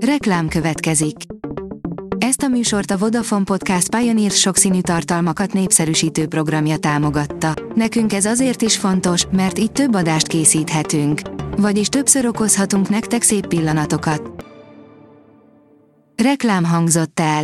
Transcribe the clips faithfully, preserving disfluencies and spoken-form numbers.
Reklám következik. Ezt a műsort a Vodafone Podcast Pioneer sokszínű tartalmakat népszerűsítő programja támogatta. Nekünk ez azért is fontos, mert így több adást készíthetünk. Vagyis többször okozhatunk nektek szép pillanatokat. Reklám hangzott el.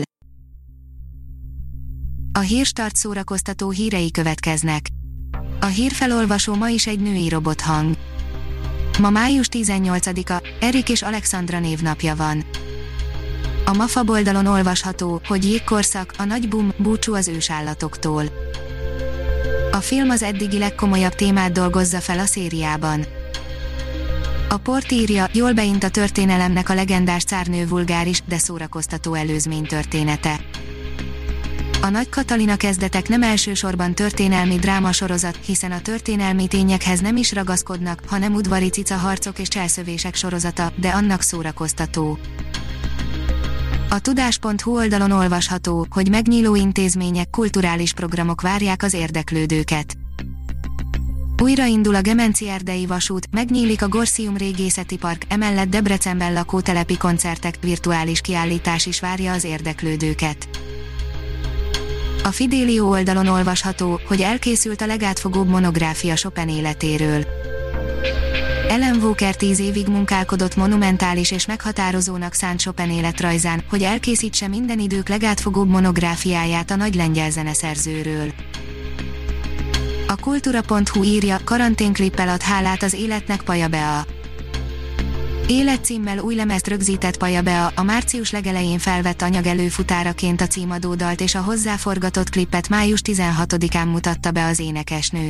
A Hírstart szórakoztató hírei következnek. A hírfelolvasó ma is egy női robothang. Ma május tizennyolcadika, Erik és Alexandra névnapja van. A Mafab oldalon olvasható, hogy jégkorszak, a nagy bum, búcsú az ősállatoktól. A film az eddigi legkomolyabb témát dolgozza fel a szériában. A Port írja, jól beint a történelemnek a legendás cárnő vulgáris, de szórakoztató előzmény története. A Nagy Katalina kezdetek nem elsősorban történelmi drámasorozat, hiszen a történelmi tényekhez nem is ragaszkodnak, hanem udvari cicaharcok és cselszövések sorozata, de annak szórakoztató. A tudás pont hu oldalon olvasható, hogy megnyíló intézmények, kulturális programok várják az érdeklődőket. Újraindul a Gemenci-Erdei vasút, megnyílik a Gorszium régészeti park, emellett Debrecenben lakótelepi koncertek, virtuális kiállítás is várja az érdeklődőket. A Fidelio oldalon olvasható, hogy elkészült a legátfogóbb monográfia Chopin életéről. Alan Walker tíz évig munkálkodott monumentális és meghatározónak szánt Chopin életrajzán, hogy elkészítse minden idők legátfogóbb monográfiáját a nagy lengyel zeneszerzőről. A kultúra pont hu írja, karanténklippel ad hálát az életnek Paja Bea. Élet címmel új lemezt rögzített Paja Bea, a március legelején felvett anyag előfutáraként a címadó dalt és a hozzáforgatott klippet május tizenhatodikán mutatta be az énekesnő.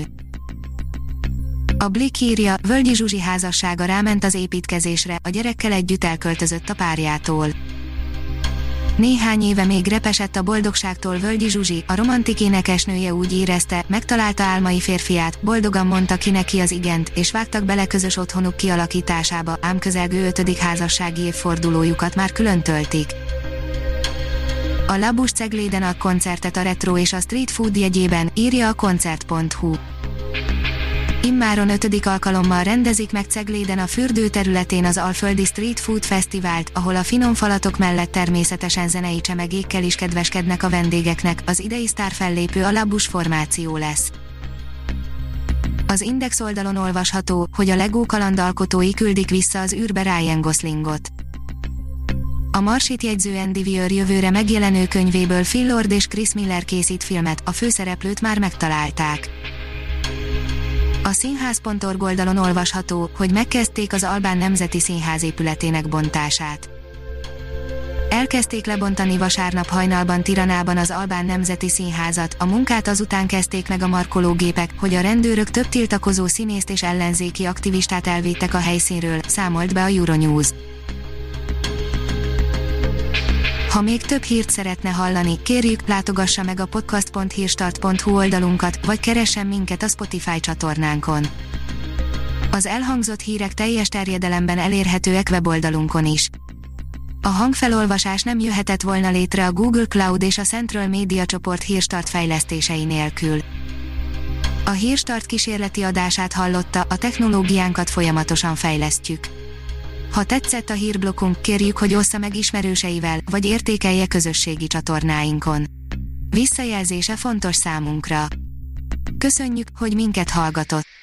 A Blick írja, Völgyi Zsuzsi házassága ráment az építkezésre, a gyerekkel együtt elköltözött a párjától. Néhány éve még repesett a boldogságtól Völgyi Zsuzsi, a romantik énekesnője úgy érezte, megtalálta álmai férfiát, boldogan mondta ki neki az igent, és vágtak bele közös otthonuk kialakításába, ám közelgő ötödik házassági évfordulójukat már külön töltik. A Labus Cegléden ad koncertet a retro és a street food jegyében, írja a koncert pont hu. Immáron ötödik alkalommal rendezik meg Cegléden a fürdő területén az Alföldi Street Food Fesztivált, ahol a finom falatok mellett természetesen zenei csemegékkel is kedveskednek a vendégeknek, az idei sztárfellépő a Labus formáció lesz. Az Index oldalon olvasható, hogy a Lego kalandalkotói küldik vissza az űrbe Ryan Goslingot. A Marsit jegyző Andy Weir jövőre megjelenő könyvéből Phil Lord és Chris Miller készít filmet, a főszereplőt már megtalálták. A színház pont org oldalon olvasható, hogy megkezdték az Albán Nemzeti Színház épületének bontását. Elkezdték lebontani vasárnap hajnalban Tiranában az Albán Nemzeti Színházat, a munkát azután kezdték meg a markológépek, hogy a rendőrök több tiltakozó színészt és ellenzéki aktivistát elvittek a helyszínről, számolt be a Euronews. Ha még több hírt szeretne hallani, kérjük, látogassa meg a podcast pont hírstart pont hu oldalunkat, vagy keressen minket a Spotify csatornánkon. Az elhangzott hírek teljes terjedelemben elérhetőek weboldalunkon is. A hangfelolvasás nem jöhetett volna létre a Google Cloud és a Central Media csoport Hírstart fejlesztései nélkül. A Hírstart kísérleti adását hallotta, a technológiánkat folyamatosan fejlesztjük. Ha tetszett a hírblokkunk, kérjük, hogy ossza meg ismerőseivel, vagy értékelje közösségi csatornáinkon. Visszajelzése fontos számunkra. Köszönjük, hogy minket hallgatott!